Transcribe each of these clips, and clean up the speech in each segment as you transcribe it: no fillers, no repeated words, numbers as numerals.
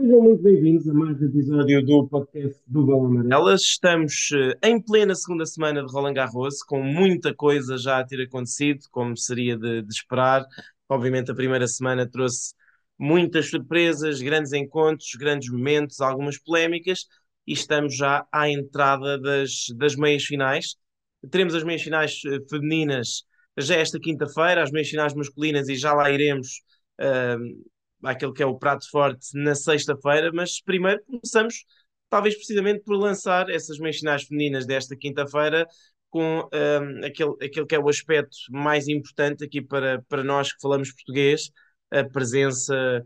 Sejam muito bem-vindos a mais um episódio do podcast do Bola Amarelas. Estamos em plena segunda semana de Roland Garros, com muita coisa já a ter acontecido, como seria de esperar. Obviamente, a primeira semana trouxe muitas surpresas, grandes encontros, grandes momentos, algumas polémicas, e estamos já à entrada das meias finais. Teremos as meias finais femininas já esta quinta-feira, as meias finais masculinas, e já lá iremos. eh, Àquele que é o prato forte na sexta-feira, mas primeiro começamos, talvez precisamente por lançar essas meias finais femininas desta quinta-feira com aquele que é o aspecto mais importante aqui para nós que falamos português, a presença,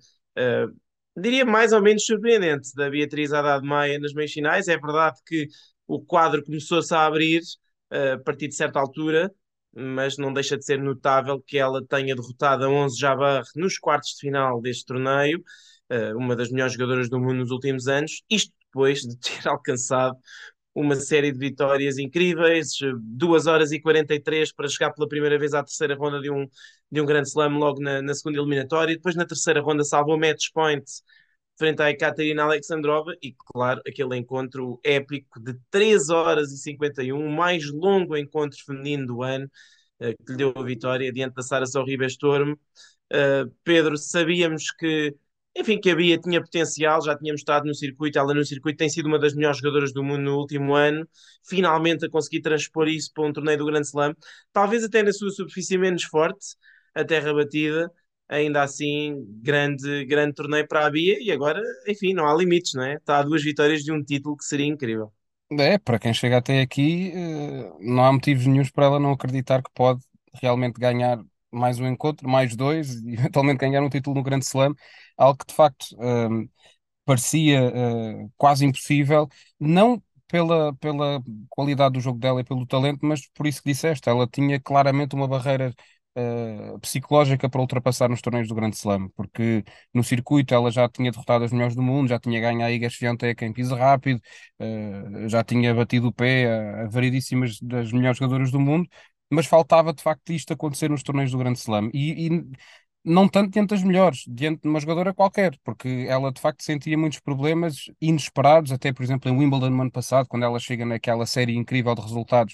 diria mais ou menos surpreendente, da Beatriz Haddad Maia nas meias finais. É verdade que o quadro começou-se a abrir a partir de certa altura, mas não deixa de ser notável que ela tenha derrotado a 11 Jabeur nos quartos de final deste torneio, uma das melhores jogadoras do mundo nos últimos anos, isto depois de ter alcançado uma série de vitórias incríveis, 2 horas e 43 para chegar pela primeira vez à terceira ronda de um grande slam logo na segunda eliminatória, e depois na terceira ronda salvou match point frente à Ekaterina Alexandrova e, claro, aquele encontro épico de 3 horas e 51, o mais longo encontro feminino do ano, que lhe deu a vitória diante da Sara Sorribes Tormo. Pedro, sabíamos que, enfim, que a Bia tinha potencial, já tínhamos estado no circuito, ela no circuito tem sido uma das melhores jogadoras do mundo no último ano, finalmente a conseguir transpor isso para um torneio do Grande Slam, talvez até na sua superfície menos forte, a terra batida, ainda assim, grande torneio para a Bia, e agora, enfim, não há limites, não é? Está a 2 vitórias de um título que seria incrível. É, para quem chega até aqui, não há motivos nenhuns para ela não acreditar que pode realmente ganhar mais um encontro, mais dois, e eventualmente ganhar um título no Grande Slam, algo que de facto parecia quase impossível, não pela qualidade do jogo dela e pelo talento, mas por isso que disseste, ela tinha claramente uma barreira psicológica para ultrapassar nos torneios do Grande Slam, porque no circuito ela já tinha derrotado as melhores do mundo, já tinha ganho a Iga Swiatek em piso rápido, já tinha batido o pé a variedíssimas das melhores jogadoras do mundo, mas faltava de facto isto acontecer nos torneios do Grande Slam. E não tanto diante das melhores, diante de uma jogadora qualquer, porque ela de facto sentia muitos problemas inesperados, até por exemplo em Wimbledon no ano passado, quando ela chega naquela série incrível de resultados,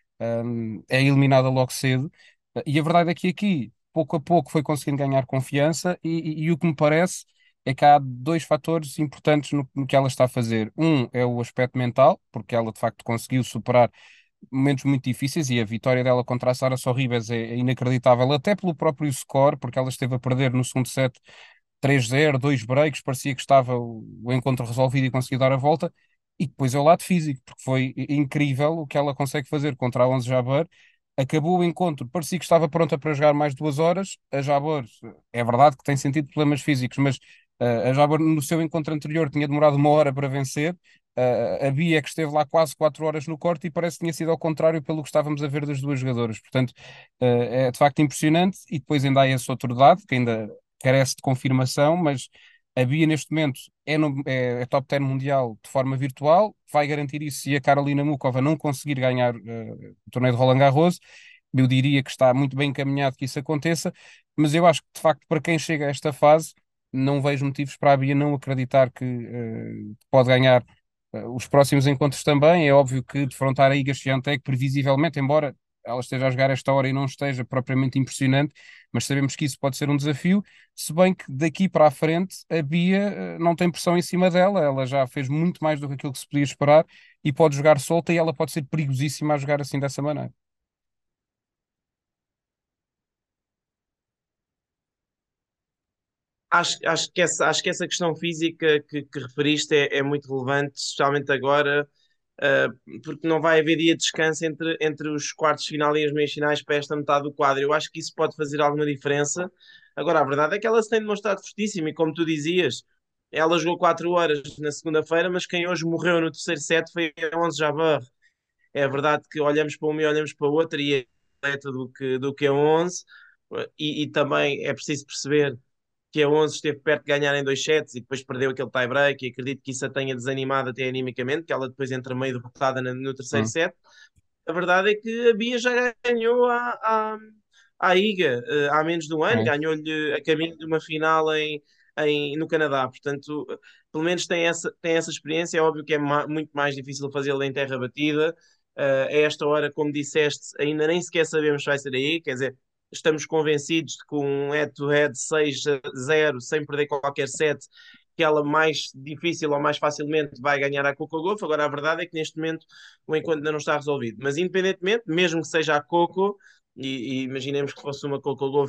é eliminada logo cedo. E a verdade é que aqui, pouco a pouco, foi conseguindo ganhar confiança, e o que me parece é que há dois fatores importantes no que ela está a fazer. Um é o aspecto mental, porque ela de facto conseguiu superar momentos muito difíceis, e a vitória dela contra a Sara Sorribes é inacreditável, até pelo próprio score, porque ela esteve a perder no segundo set 3-0, dois breaks, parecia que estava o encontro resolvido e conseguiu dar a volta. E depois é o lado físico, porque foi incrível o que ela consegue fazer contra a 11 Jabeur. Acabou o encontro, parecia que estava pronta para jogar mais 2 horas. A Jabeur, é verdade que tem sentido problemas físicos, mas a Jabeur no seu encontro anterior tinha demorado 1 hora para vencer. A Bia que esteve lá quase 4 horas no corte, e parece que tinha sido ao contrário pelo que estávamos a ver das duas jogadoras. Portanto, é de facto impressionante. E depois ainda há esse outro dado que ainda carece de confirmação, mas a Bia neste momento é top 10 mundial de forma virtual, vai garantir isso se a Carolina Mukova não conseguir ganhar o torneio de Roland Garros. Eu diria que está muito bem encaminhado que isso aconteça, mas eu acho que de facto para quem chega a esta fase não vejo motivos para a Bia não acreditar que pode ganhar os próximos encontros também. É óbvio que defrontar a Iga Swiatek previsivelmente, embora ela esteja a jogar esta hora e não esteja propriamente impressionante, mas sabemos que isso pode ser um desafio, se bem que daqui para a frente a Bia não tem pressão em cima dela, ela já fez muito mais do que aquilo que se podia esperar e pode jogar solta, e ela pode ser perigosíssima a jogar assim dessa maneira. Acho que essa questão física que referiste é muito relevante, especialmente agora, porque não vai haver dia de descanso entre os quartos de final e as meias finais para esta metade do quadro. Eu acho que isso pode fazer alguma diferença. Agora, a verdade é que ela se tem demonstrado fortíssima, e como tu dizias, ela jogou 4 horas na segunda-feira, mas quem hoje morreu no terceiro set foi a 11 Jabeur. É verdade que olhamos para uma e olhamos para a outra, e é mais atleta do que a 11, e também é preciso perceber que a 11 esteve perto de ganhar em 2 sets e depois perdeu aquele tie-break, e acredito que isso a tenha desanimado até animicamente, que ela depois entra meio derrotada no terceiro Hum. set. A verdade é que a Bia já ganhou à Iga há menos de um ano, É. ganhou-lhe a caminho de uma final no Canadá. Portanto, pelo menos tem essa experiência. É óbvio que é muito mais difícil fazê-la em terra batida. A esta hora, como disseste, ainda nem sequer sabemos se vai ser aí. Quer dizer, estamos convencidos de que um head-to-head 6-0, sem perder qualquer set, que ela mais difícil ou mais facilmente vai ganhar a Coco Gauff. Agora, a verdade é que neste momento o encontro ainda não está resolvido. Mas, independentemente, mesmo que seja a Coco, e imaginemos que fosse uma Coco Gauff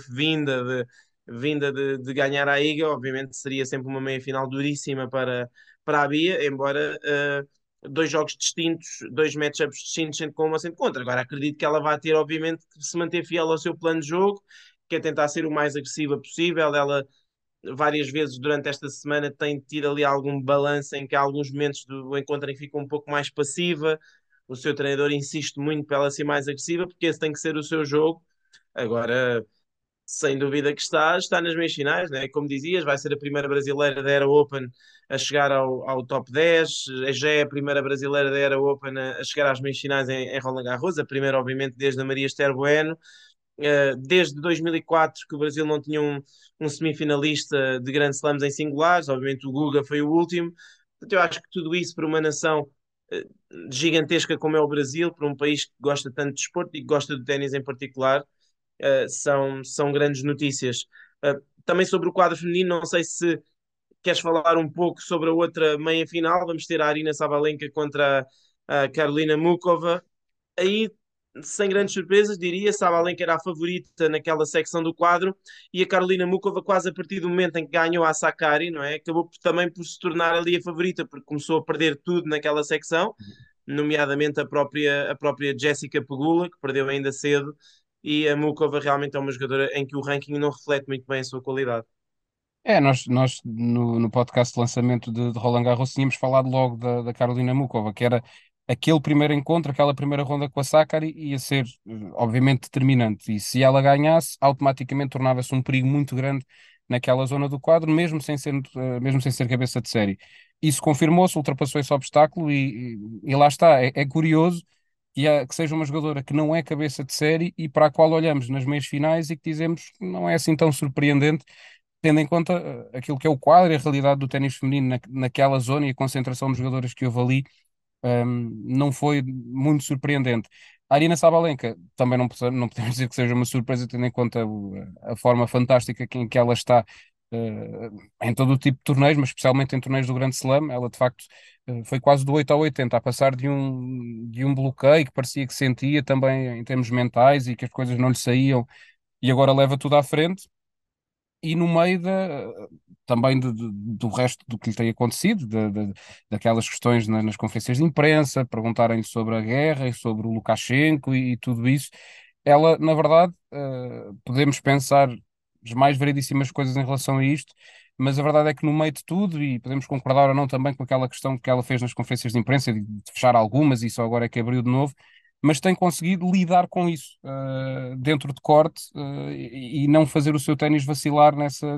vinda de ganhar a Iga, obviamente seria sempre uma meia-final duríssima para a Bia, embora dois jogos distintos, dois matchups distintos, sendo com uma, sendo contra. Agora, acredito que ela vai ter, obviamente, que se manter fiel ao seu plano de jogo, que é tentar ser o mais agressiva possível. Ela várias vezes durante esta semana tem tido ali algum balanço em que há alguns momentos do encontro em que fica um pouco mais passiva. O seu treinador insiste muito para ela ser mais agressiva, porque esse tem que ser o seu jogo. Agora, sem dúvida que está nas meias finais, né? Como dizias, vai ser a primeira brasileira da Era Open a chegar ao top 10, já é a primeira brasileira da Era Open a chegar às meias finais em Roland Garros, a primeira, obviamente, desde a Maria Esther Bueno. Desde 2004 que o Brasil não tinha um semifinalista de Grand Slams em singulares, obviamente o Guga foi o último. Portanto, eu acho que tudo isso para uma nação gigantesca como é o Brasil, para um país que gosta tanto de desporto e que gosta de ténis em particular, são grandes notícias. Também sobre o quadro feminino, não sei se queres falar um pouco sobre a outra meia-final. Vamos ter a Arina Sabalenka contra a Karolina Mukova. Aí, sem grandes surpresas, diria, Sabalenka era a favorita naquela secção do quadro e a Karolina Mukova, quase a partir do momento em que ganhou a Sakkari, não é? Acabou também por se tornar ali a favorita, porque começou a perder tudo naquela secção, nomeadamente a própria Jessica Pegula, que perdeu ainda cedo, e a Mukova realmente é uma jogadora em que o ranking não reflete muito bem a sua qualidade. Nós no podcast de lançamento de Roland Garros tínhamos falado logo da Karolina Mukova, que era aquele primeiro encontro, aquela primeira ronda com a Sakkari ia ser, obviamente, determinante. E se ela ganhasse, automaticamente tornava-se um perigo muito grande naquela zona do quadro, mesmo sem ser cabeça de série. Isso confirmou-se, ultrapassou esse obstáculo e lá está. É curioso que seja uma jogadora que não é cabeça de série e para a qual olhamos nas meias finais e que dizemos não é assim tão surpreendente tendo em conta aquilo que é o quadro e a realidade do ténis feminino naquela zona e a concentração de jogadores que houve ali, não foi muito surpreendente. A Arina Sabalenka também não podemos dizer que seja uma surpresa, tendo em conta a forma fantástica em que ela está em todo o tipo de torneios, mas especialmente em torneios do Grande Slam. Ela, de facto, foi quase do 8 ao 80, a passar de um bloqueio que parecia que sentia também em termos mentais e que as coisas não lhe saíam, e agora leva tudo à frente e no meio também do resto do que lhe tem acontecido, daquelas questões nas conferências de imprensa, perguntarem-lhe sobre a guerra e sobre o Lukashenko e tudo isso, ela, na verdade, podemos pensar as mais variedíssimas coisas em relação a isto, mas a verdade é que no meio de tudo, e podemos concordar ou não também com aquela questão que ela fez nas conferências de imprensa, de fechar algumas e só agora é que abriu de novo, mas tem conseguido lidar com isso dentro de corte e não fazer o seu ténis vacilar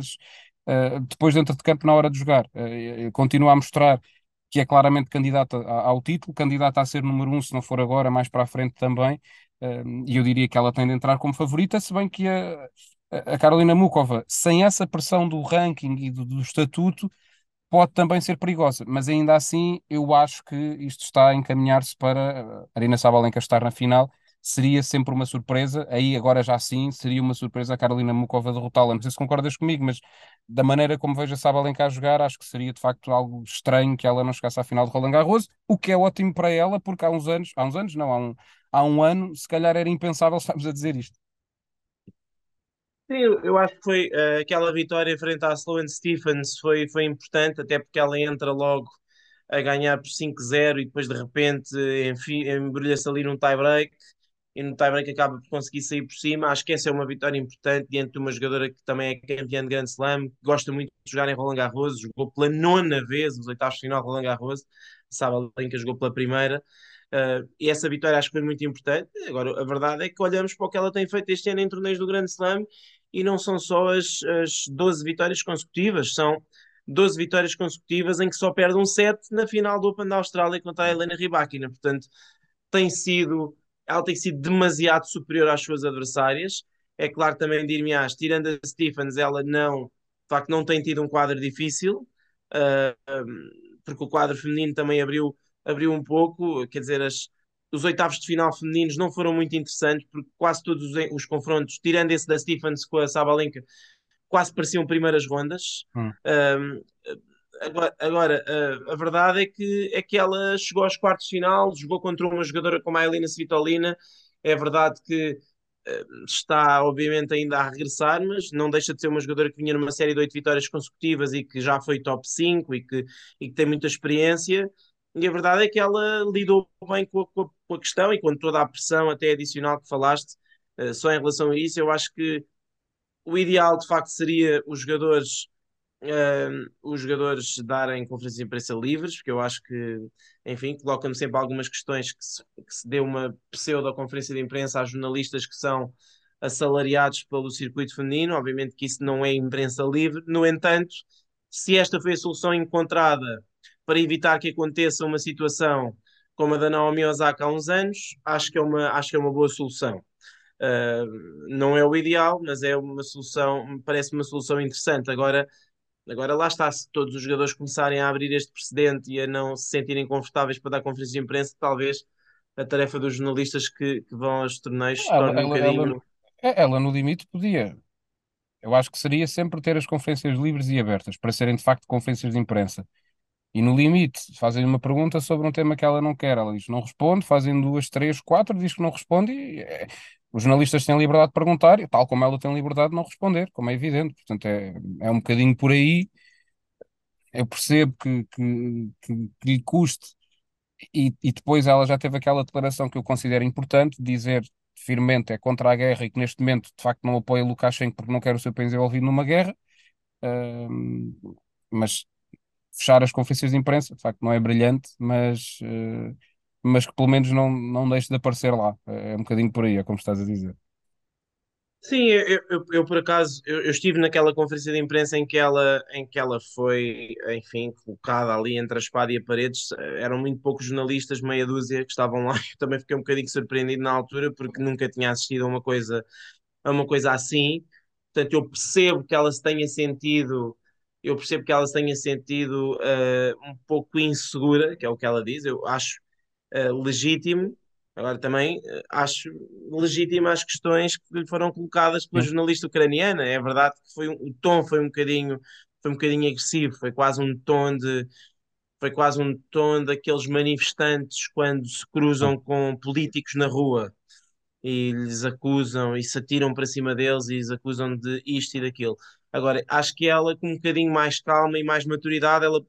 depois dentro de campo na hora de jogar. Continua a mostrar que é claramente candidata ao título, candidata a ser número um, se não for agora, mais para a frente também. E eu diria que ela tem de entrar como favorita, se bem que a Karolina Mukova, sem essa pressão do ranking e do estatuto, pode também ser perigosa, mas ainda assim eu acho que isto está a encaminhar-se para a Aryna Sabalenka estar na final. Seria sempre uma surpresa, aí agora já sim, seria uma surpresa a Karolina Mukova derrotá-la. Não sei se concordas comigo, mas da maneira como vejo a Sabalenka a jogar, acho que seria de facto algo estranho que ela não chegasse à final de Roland Garros, o que é ótimo para ela, porque há uns anos, não, há um ano, se calhar era impensável estarmos a dizer isto. Sim, eu acho que foi aquela vitória frente à Sloane Stephens foi importante, até porque ela entra logo a ganhar por 5-0 e depois de repente embrulha-se ali num tie-break e no tie-break acaba por conseguir sair por cima. Acho que essa é uma vitória importante diante de uma jogadora que também é campeã de Grand Slam, que gosta muito de jogar em Roland Garros, jogou pela nona vez os oitavos de final de Roland Garros, Sabalenka jogou pela primeira. E essa vitória acho que foi muito importante. Agora, a verdade é que olhamos para o que ela tem feito este ano em torneios do Grande Slam e não são só as 12 vitórias consecutivas, são 12 vitórias consecutivas em que só perde um set na final do Open da Austrália contra a Helena Rybakina. Portanto, tem sido, ela tem sido demasiado superior às suas adversárias. É claro também dir-me-ás, tirando a Stephens, ela não. facto não tem tido um quadro difícil, uh, porque o quadro feminino também abriu um pouco, quer dizer, os oitavos de final femininos não foram muito interessantes, porque quase todos os confrontos, tirando esse da Stephens com a Sabalenka, quase pareciam primeiras rondas. Hum. Um, agora, a verdade é que ela chegou aos quartos de final, jogou contra uma jogadora como a Elina Svitolina. É verdade que está, obviamente, ainda a regressar, mas não deixa de ser uma jogadora que vinha numa série de 8 vitórias consecutivas e que já foi top 5 e que tem muita experiência. E a verdade é que ela lidou bem com a questão e com toda a pressão, até adicional que falaste, só em relação a isso. Eu acho que o ideal, de facto, seria os jogadores darem conferências de imprensa livres, porque eu acho que, enfim, colocam-me sempre algumas questões que se dê uma pseudo-conferência de imprensa a jornalistas que são assalariados pelo circuito feminino. Obviamente que isso não é imprensa livre. No entanto, se esta foi a solução encontrada para evitar que aconteça uma situação como a da Naomi Osaka há uns anos, acho que é uma boa solução. Não é o ideal, mas é uma solução, parece uma solução interessante. Agora lá está, se todos os jogadores começarem a abrir este precedente e a não se sentirem confortáveis para dar conferências de imprensa, talvez a tarefa dos jornalistas que vão aos torneios se Ela, torne um ela, ela, bocadinho. ela, no limite, podia. Eu acho que seria sempre ter as conferências livres e abertas, para serem de facto conferências de imprensa. E no limite, fazem uma pergunta sobre um tema que ela não quer. Ela diz que não responde, fazem duas, três, quatro, diz que não responde e os jornalistas têm liberdade de perguntar, tal como ela tem liberdade de não responder, como é evidente. Portanto, é um bocadinho por aí. Eu percebo que lhe custe. E depois ela já teve aquela declaração que eu considero importante, dizer firmemente é contra a guerra e que neste momento de facto não apoia Lukashenko porque não quer o seu país envolvido numa guerra. Ahm, mas fechar as conferências de imprensa, de facto não é brilhante, mas que pelo menos não deixe de aparecer lá. É um bocadinho por aí, é como estás a dizer. Sim, eu, por acaso eu estive naquela conferência de imprensa em que ela foi, enfim, colocada ali entre a espada e a parede. Eram muito poucos jornalistas, meia dúzia, que estavam lá. Eu também fiquei um bocadinho surpreendido na altura porque nunca tinha assistido a uma coisa assim. Portanto, eu percebo que ela se tenha sentido um pouco insegura, que é o que ela diz. Eu acho legítimo. Agora também acho legítimas as questões que lhe foram colocadas pela Sim, jornalista ucraniana. É verdade que o tom foi um bocadinho agressivo, foi quase um tom daqueles manifestantes quando se sim, cruzam com políticos na rua e lhes acusam e se atiram para cima deles e lhes acusam de isto e daquilo. Agora, acho que ela, com um bocadinho mais calma e mais maturidade, ela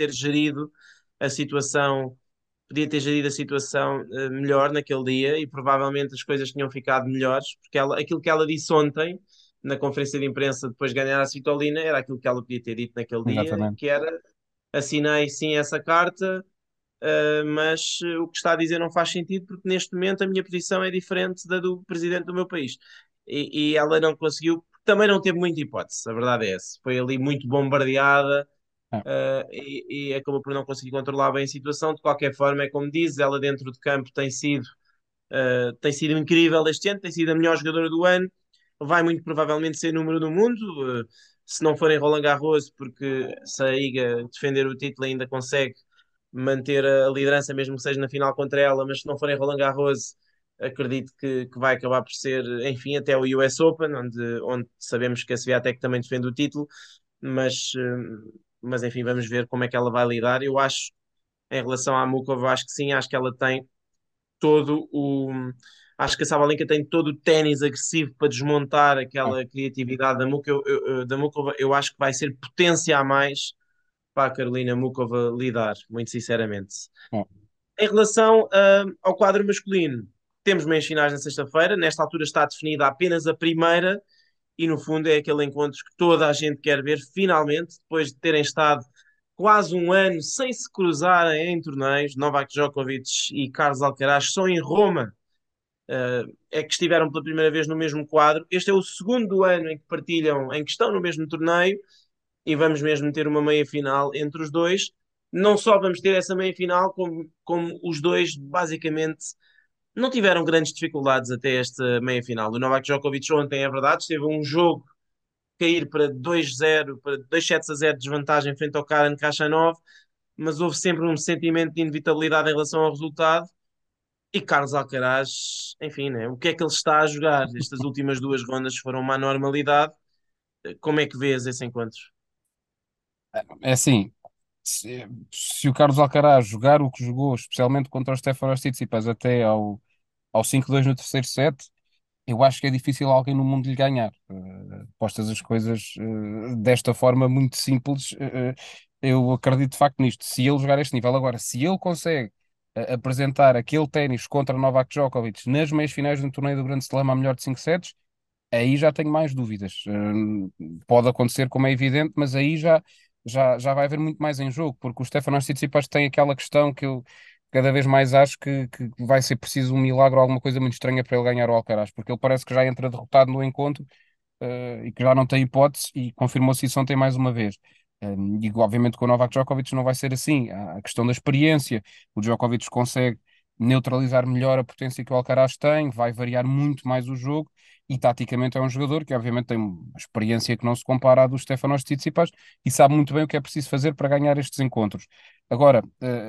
a situação, podia ter gerido a situação melhor naquele dia e provavelmente as coisas tinham ficado melhores, porque aquilo que ela disse ontem na conferência de imprensa depois de ganhar a Svitolina era aquilo que ela podia ter dito naquele dia, exatamente. que era assinei sim essa carta, mas o que está a dizer não faz sentido porque neste momento a minha posição é diferente da do presidente do meu país. E ela não conseguiu, também não teve muita hipótese, a verdade é essa. Foi ali muito bombardeada, É, e acabou por não conseguir controlar bem a situação. De qualquer forma, é como diz, ela dentro de campo tem sido incrível este ano, tem sido a melhor jogadora do ano, vai muito provavelmente ser número do mundo, se não for em Roland Garros, porque se a Iga defender o título ainda consegue manter a liderança, mesmo que seja na final contra ela, mas se não for em Roland Garros, acredito que vai acabar por ser, enfim, até o US Open, onde sabemos que a Swiatek também defende o título, mas enfim, vamos ver como é que ela vai lidar. Eu acho, em relação à Mukova, acho que sim, acho que ela tem todo o. Acho que a Sabalenka tem todo o ténis agressivo para desmontar é, aquela criatividade da Mukova. Eu acho que vai ser potência a mais para a Carolina Mukova lidar, muito sinceramente. é. Em relação ao quadro masculino, temos meias finais na sexta-feira. Nesta altura está definida apenas a primeira, e no fundo é aquele encontro que toda a gente quer ver, finalmente, depois de terem estado quase um ano sem se cruzarem em torneios. Novak Djokovic e Carlos Alcaraz só em Roma é que estiveram pela primeira vez no mesmo quadro. Este é o segundo ano em que partilham, em que estão no mesmo torneio, e vamos mesmo ter uma meia final entre os dois. Não só vamos ter essa meia final, como os dois basicamente não tiveram grandes dificuldades até esta meia final. O Novak Djokovic ontem, é verdade, esteve um jogo cair para 2-0, para 2-7-0 de desvantagem frente ao Karen Khachanov, mas houve sempre um sentimento de inevitabilidade em relação ao resultado. E Carlos Alcaraz, enfim, né? O que é que ele está a jogar? Estas últimas duas rondas foram uma anormalidade. Como é que vês esse encontro? É assim, se o Carlos Alcaraz jogar o que jogou, especialmente contra o Stefanos Tsitsipas até ao 5-2 no terceiro set, eu acho que é difícil alguém no mundo lhe ganhar. Postas as coisas desta forma muito simples, eu acredito de facto nisto. Se ele jogar este nível agora, se ele consegue apresentar aquele ténis contra Novak Djokovic nas meias finais de um torneio do Grande Slam a melhor de 5 sets, aí já tenho mais dúvidas. Pode acontecer, como é evidente, mas aí já vai haver muito mais em jogo, porque o Stefanos Tsitsipas tem aquela questão que eu cada vez mais acho que vai ser preciso um milagre ou alguma coisa muito estranha para ele ganhar o Alcaraz, porque ele parece que já entra derrotado no encontro, e que já não tem hipótese, e confirmou-se isso ontem mais uma vez. E obviamente com o Novak Djokovic não vai ser assim. Há a questão da experiência, o Djokovic consegue neutralizar melhor a potência que o Alcaraz tem, vai variar muito mais o jogo, e taticamente é um jogador que obviamente tem uma experiência que não se compara à do Stefanos Tsitsipas e sabe muito bem o que é preciso fazer para ganhar estes encontros. Agora,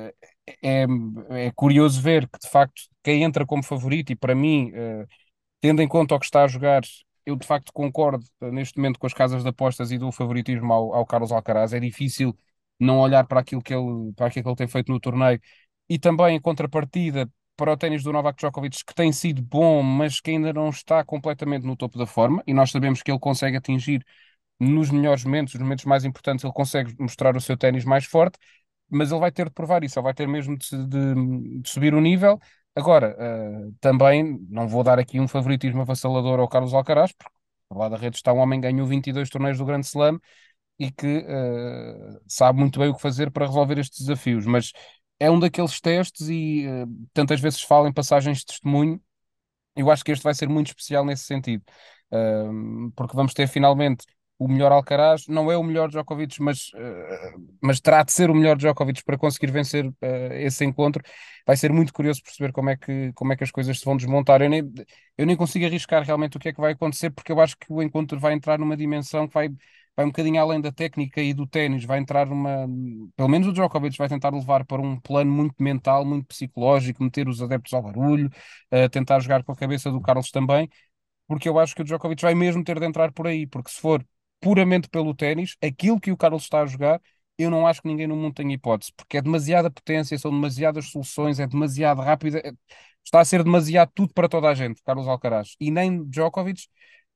é, é curioso ver que de facto quem entra como favorito, e para mim, tendo em conta o que está a jogar, eu de facto concordo neste momento com as casas de apostas e do favoritismo ao Carlos Alcaraz. É difícil não olhar para aquilo que ele tem feito no torneio, e também em contrapartida para o ténis do Novak Djokovic, que tem sido bom, mas que ainda não está completamente no topo da forma, e nós sabemos que ele consegue atingir nos melhores momentos, nos momentos mais importantes, ele consegue mostrar o seu ténis mais forte, mas ele vai ter de provar isso, ele vai ter mesmo de subir o nível. Agora, também não vou dar aqui um favoritismo avassalador ao Carlos Alcaraz, porque lá da rede está um homem que ganhou 22 torneios do Grande Slam e que sabe muito bem o que fazer para resolver estes desafios, mas é um daqueles testes e tantas vezes se fala em passagens de testemunho. Eu acho que este vai ser muito especial nesse sentido. Porque vamos ter finalmente o melhor Alcaraz, não é o melhor Djokovic, mas terá de ser o melhor Djokovic para conseguir vencer esse encontro. Vai ser muito curioso perceber como é que as coisas se vão desmontar. Eu nem consigo arriscar realmente o que é que vai acontecer, porque eu acho que o encontro vai entrar numa dimensão que vai um bocadinho além da técnica e do ténis, vai entrar numa. Pelo menos o Djokovic vai tentar levar para um plano muito mental, muito psicológico, meter os adeptos ao barulho, tentar jogar com a cabeça do Carlos também, porque eu acho que o Djokovic vai mesmo ter de entrar por aí, porque se for puramente pelo ténis, aquilo que o Carlos está a jogar, eu não acho que ninguém no mundo tenha hipótese, porque é demasiada potência, são demasiadas soluções, é demasiado rápido, está a ser demasiado tudo para toda a gente, Carlos Alcaraz, e nem Djokovic.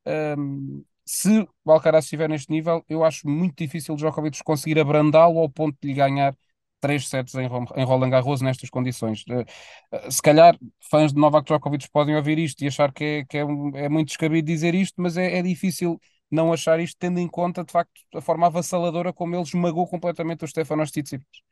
Se o Alcaraz estiver neste nível, eu acho muito difícil o Djokovic conseguir abrandá-lo ao ponto de lhe ganhar 3 sets em Roland Garros nestas condições. Se calhar fãs de Novak Djokovic podem ouvir isto e achar é muito descabido dizer isto, mas é difícil não achar isto, tendo em conta, de facto, a forma avassaladora como ele esmagou completamente o Stefanos Tsitsipas.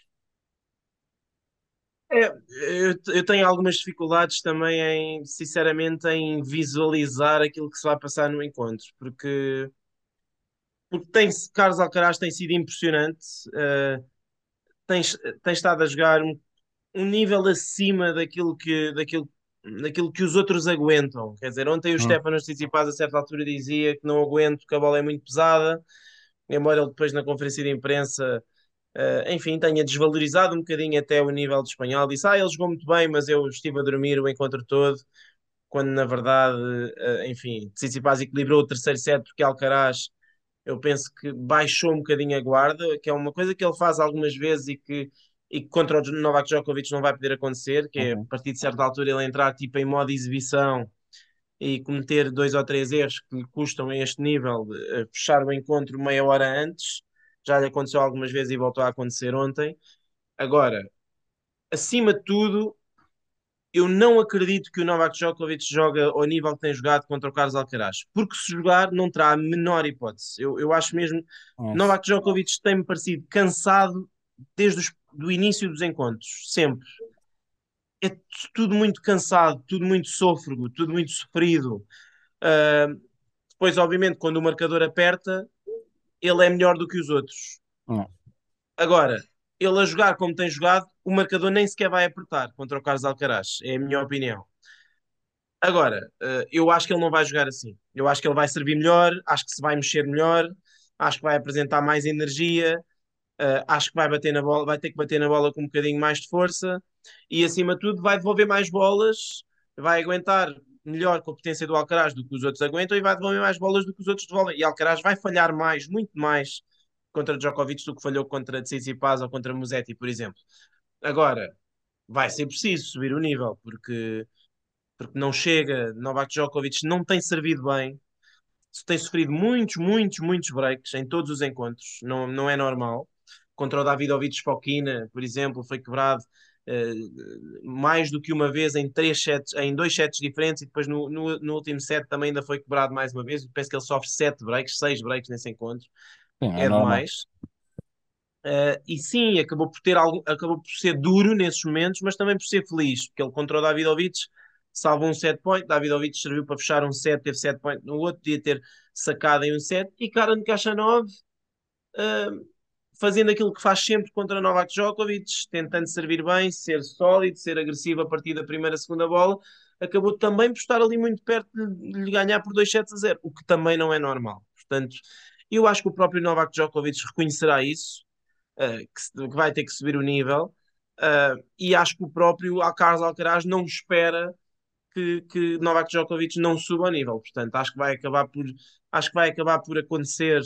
É, eu tenho algumas dificuldades também sinceramente, em visualizar aquilo que se vai passar no encontro, porque Carlos Alcaraz tem sido impressionante, tem, tem estado a jogar um nível acima daquilo que os outros aguentam. Quer dizer, ontem o Hum, Stefanos Tsitsipas a certa altura dizia que não aguento, que a bola é muito pesada, embora ele depois na conferência de imprensa, enfim, tenha desvalorizado um bocadinho até o nível do espanhol. Disse, ele jogou muito bem, mas eu estive a dormir o encontro todo, quando na verdade, enfim, Tsitsipas equilibrou o terceiro set porque Alcaraz, eu penso que baixou um bocadinho a guarda, que é uma coisa que ele faz algumas vezes e que contra o Novak Djokovic não vai poder acontecer, que é a ok. partir de certa altura ele entrar tipo em modo exibição e cometer 2 ou 3 erros que lhe custam a este nível de fechar o encontro meia hora antes. Já lhe aconteceu algumas vezes e voltou a acontecer ontem. Agora, acima de tudo, eu não acredito que o Novak Djokovic joga ao nível que tem jogado contra o Carlos Alcaraz, porque se jogar não terá a menor hipótese. Eu acho mesmo que Yes. Novak Djokovic tem-me parecido cansado desde do início dos encontros, sempre. É tudo muito cansado, tudo muito sôfrego, tudo muito sofrido. Uh, Depois, obviamente, quando o marcador aperta, ele é melhor do que os outros. Não. Agora, ele a jogar como tem jogado, o marcador nem sequer vai apertar contra o Carlos Alcaraz, é a minha opinião. Agora, eu acho que ele não vai jogar assim. Eu acho que ele vai servir melhor, acho que se vai mexer melhor, acho que vai apresentar mais energia, acho que vai bater na bola, vai ter que bater na bola com um bocadinho mais de força e, acima de tudo, vai devolver mais bolas, vai aguentar melhor com a potência do Alcaraz do que os outros aguentam e vai devolver mais bolas do que os outros devolvem. E Alcaraz vai falhar mais, muito mais, contra Djokovic do que falhou contra Tsitsipas ou contra Musetti, por exemplo. Agora, vai ser preciso subir o nível, porque não chega, Novak Djokovic não tem servido bem, tem sofrido muitos, muitos, muitos breaks em todos os encontros, não é normal. Contra o Davidovich Fokina, por exemplo, foi quebrado eh, mais do que uma vez em três sets, em dois sets diferentes, e depois no último set também ainda foi quebrado mais uma vez. Eu penso que ele sofre sete breaks, seis breaks nesse encontro, Sim, é é normal. demais. E sim, acabou por ser duro nesses momentos, mas também por ser feliz, porque ele contra o Davidovich salvou um set point, Davidovich serviu para fechar um set, teve set point no outro, podia ter sacado em um set, e Karen Khachanov, uh, fazendo aquilo que faz sempre contra Novak Djokovic, tentando servir bem, ser sólido, ser agressivo a partir da primeira, segunda bola, acabou também por estar ali muito perto de lhe ganhar por 2-0, o que também não é normal. Portanto, eu acho que o próprio Novak Djokovic reconhecerá isso, que vai ter que subir o nível. E acho que o próprio Carlos Alcaraz não espera que Novak Djokovic não suba o nível. Portanto, acho que vai acabar por acontecer.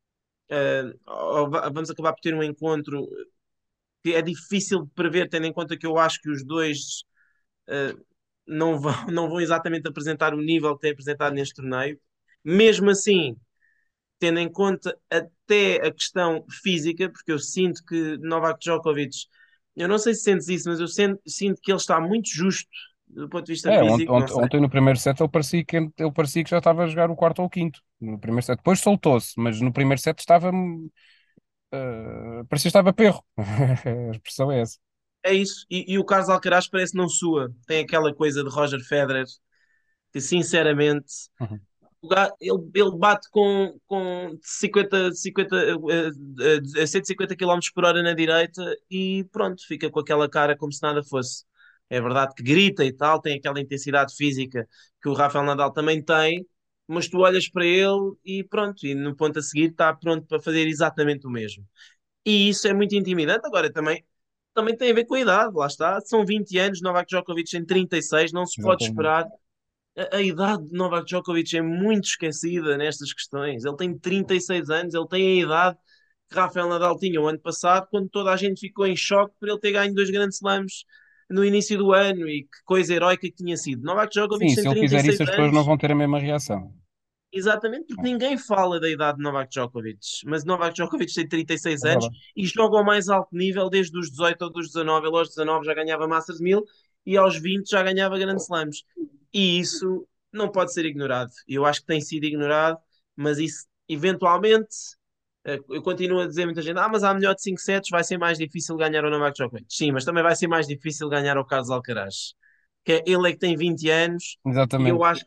Vamos acabar por ter um encontro que é difícil de prever, tendo em conta que eu acho que os dois uh, não vão exatamente apresentar o nível que têm apresentado neste torneio. Mesmo assim, tendo em conta até a questão física, porque eu sinto que Novak Djokovic, eu não sei se sentes isso, mas eu sinto que ele está muito justo do ponto de vista É, físico, não sei. ontem no primeiro set ele parecia que já estava a jogar o quarto ou o quinto. No primeiro set. Depois soltou-se, mas no primeiro set estava. Parecia que estava perro. A expressão é essa. É isso, e o Carlos Alcaraz parece não sua, tem aquela coisa de Roger Federer, que sinceramente Uhum. ele bate com 50 a 150 km por hora na direita e pronto, fica com aquela cara como se nada fosse. É verdade que grita e tal, tem aquela intensidade física que o Rafael Nadal também tem, mas tu olhas para ele e pronto, e no ponto a seguir está pronto para fazer exatamente o mesmo. E isso é muito intimidante. Agora também tem a ver com a idade, lá está. São 20 anos, Novak Djokovic tem 36, não se pode Exatamente. esperar. A idade de Novak Djokovic é muito esquecida nestas questões. Ele tem 36 anos, ele tem a idade que Rafael Nadal tinha o ano passado, quando toda a gente ficou em choque por ele ter ganho dois grandes slams no início do ano e que coisa heroica que tinha sido. Novak Sim, Djokovic se tem ele fizer 36 isso, as pessoas não anos. vão ter a mesma reação. Exatamente, porque É, ninguém fala da idade de Novak Djokovic, mas Novak Djokovic tem 36 é anos verdade. e joga ao mais alto nível desde os 18 ou dos 19. Ele aos 19 já ganhava Masters 1000 e aos 20 já ganhava Grand Slams. E isso não pode ser ignorado. Eu acho que tem sido ignorado, mas isso eventualmente, eu continuo a dizer muita gente, mas há melhor de 5 sets, vai ser mais difícil ganhar o Novak Djokovic. Sim, mas também vai ser mais difícil ganhar o Carlos Alcaraz. Ele é que tem 20 anos e eu Exatamente. acho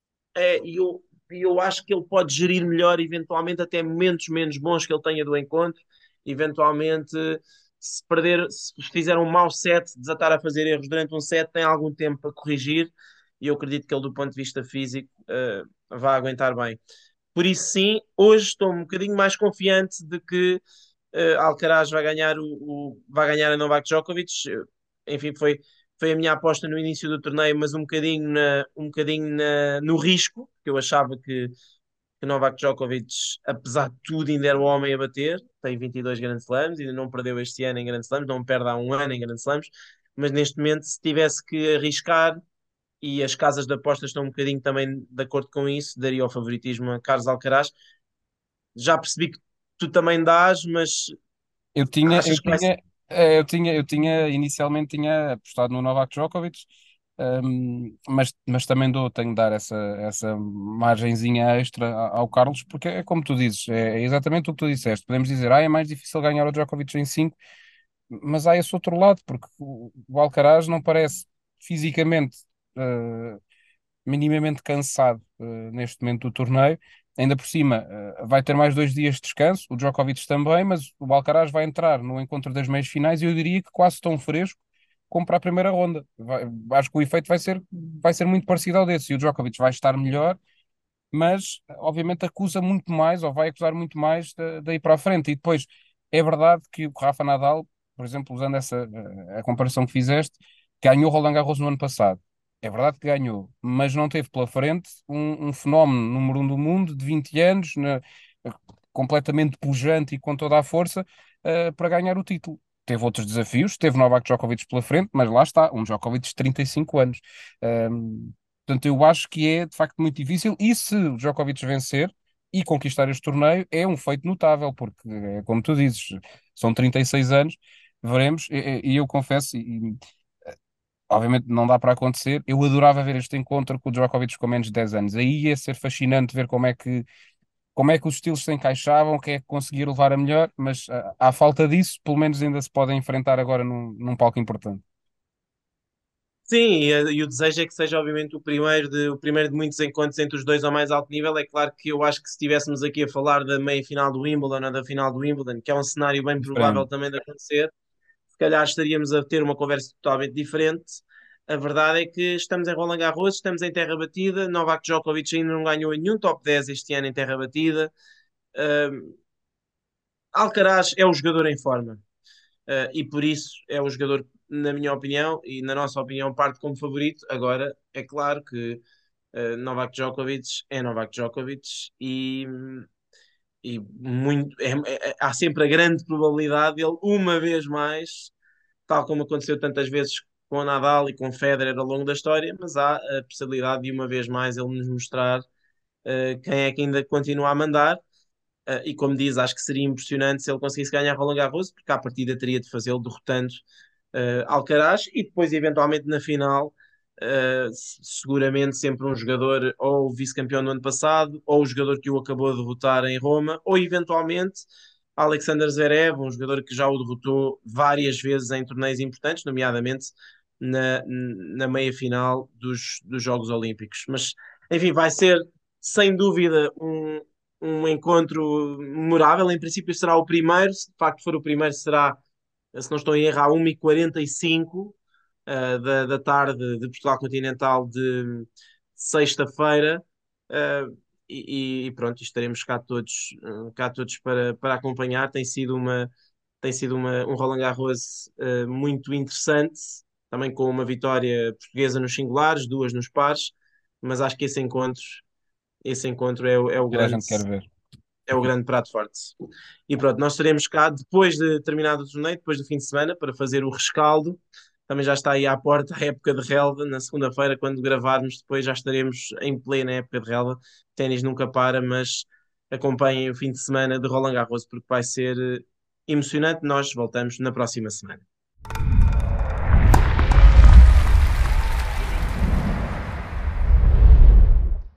eu acho que ele pode gerir melhor, eventualmente, até momentos menos bons que ele tenha do encontro. Eventualmente, se fizer um mau set, desatar a fazer erros durante um set, tem algum tempo para corrigir. E eu acredito que ele, do ponto de vista físico, vai aguentar bem. Por isso, sim, hoje estou um bocadinho mais confiante de que Alcaraz vai ganhar vai ganhar a Novak Djokovic. Enfim, foi a minha aposta no início do torneio, mas no risco, porque eu achava que Novak Djokovic, apesar de tudo, ainda era o homem a bater. Tem 22 Grand Slams, ainda não perdeu este ano em Grand Slams, não perde há um ano em Grand Slams. Mas neste momento, se tivesse que arriscar, e as casas de apostas estão um bocadinho também de acordo com isso, daria o favoritismo a Carlos Alcaraz. Já percebi que tu também dás, mas Eu tinha, eu achas que vai ser. tinha, eu tinha, inicialmente tinha apostado no Novak Djokovic, mas também tenho de dar essa margenzinha extra ao Carlos, porque é como tu dizes, é exatamente o que tu disseste. Podemos dizer, é mais difícil ganhar o Djokovic em 5, mas há esse outro lado, porque o Alcaraz não parece fisicamente eh, minimamente cansado neste momento do torneio. Ainda por cima, vai ter mais 2 dias de descanso, o Djokovic também, mas o Alcaraz vai entrar no encontro das meias finais e eu diria que quase tão fresco como para a primeira ronda. Acho que o efeito vai ser muito parecido ao desse, e o Djokovic vai estar melhor, mas obviamente acusa muito mais, ou vai acusar muito mais daí para a frente. E depois é verdade que o Rafa Nadal, por exemplo, usando a comparação que fizeste, ganhou Roland Garros no ano passado. É verdade que ganhou, mas não teve pela frente um fenómeno número um do mundo de 20 anos, completamente pujante e com toda a força, para ganhar o título. Teve outros desafios, teve Novak Djokovic pela frente, mas lá está, um Djokovic de 35 anos. Portanto, eu acho que é de facto muito difícil. E se o Djokovic vencer e conquistar este torneio, é um feito notável, porque, como tu dizes, são 36 anos, veremos. E eu confesso, obviamente não dá para acontecer. Eu adorava ver este encontro com o Djokovic com menos de 10 anos. Aí ia ser fascinante ver como é que os estilos se encaixavam, quem é que conseguia levar a melhor, mas à falta disso, pelo menos ainda se podem enfrentar agora num palco importante. Sim, e o desejo é que seja, obviamente, o primeiro de muitos encontros entre os dois ao mais alto nível. É claro que eu acho que se estivéssemos aqui a falar da meia-final do Wimbledon ou da final do Wimbledon, que é um cenário bem provável Diferente. também de acontecer, se calhar estaríamos a ter uma conversa totalmente diferente. A verdade é que estamos em Roland Garros, estamos em terra batida. Novak Djokovic ainda não ganhou nenhum top 10 este ano em terra batida. Alcaraz é o jogador em forma. E por isso é o jogador, na minha opinião e na nossa opinião, parte como favorito. Agora, é claro que Novak Djokovic é Novak Djokovic e muito, há sempre a grande probabilidade dele, uma vez mais, tal como aconteceu tantas vezes com o Nadal e com o Federer ao longo da história, mas há a possibilidade de uma vez mais ele nos mostrar quem é que ainda continua a mandar. E como diz, acho que seria impressionante se ele conseguisse ganhar Roland Garros, porque à partida teria de fazê-lo derrotando Alcaraz e depois, eventualmente, na final, seguramente sempre um jogador ou o vice-campeão do ano passado, ou o jogador que o acabou de derrotar em Roma, ou eventualmente Alexander Zverev, um jogador que já o derrotou várias vezes em torneios importantes, nomeadamente na meia-final dos Jogos Olímpicos. Mas, enfim, vai ser sem dúvida um encontro memorável. Em princípio será o primeiro, se de facto for o primeiro, será, se não estou em erro, à 1h45 da tarde de Portugal Continental de sexta-feira. E pronto, estaremos cá todos para acompanhar. Tem sido um Roland Garros muito interessante, também com uma vitória portuguesa nos singulares, duas nos pares, mas acho que esse encontro Toda a gente quer ver. é o grande prato forte. E pronto, nós estaremos cá depois de terminado o torneio, depois do fim de semana, para fazer o rescaldo. Também já está aí à porta a época de relva. Na segunda-feira, quando gravarmos, depois já estaremos em plena época de relva. O ténis nunca para, mas acompanhem o fim de semana de Roland Garros, porque vai ser emocionante. Nós voltamos na próxima semana.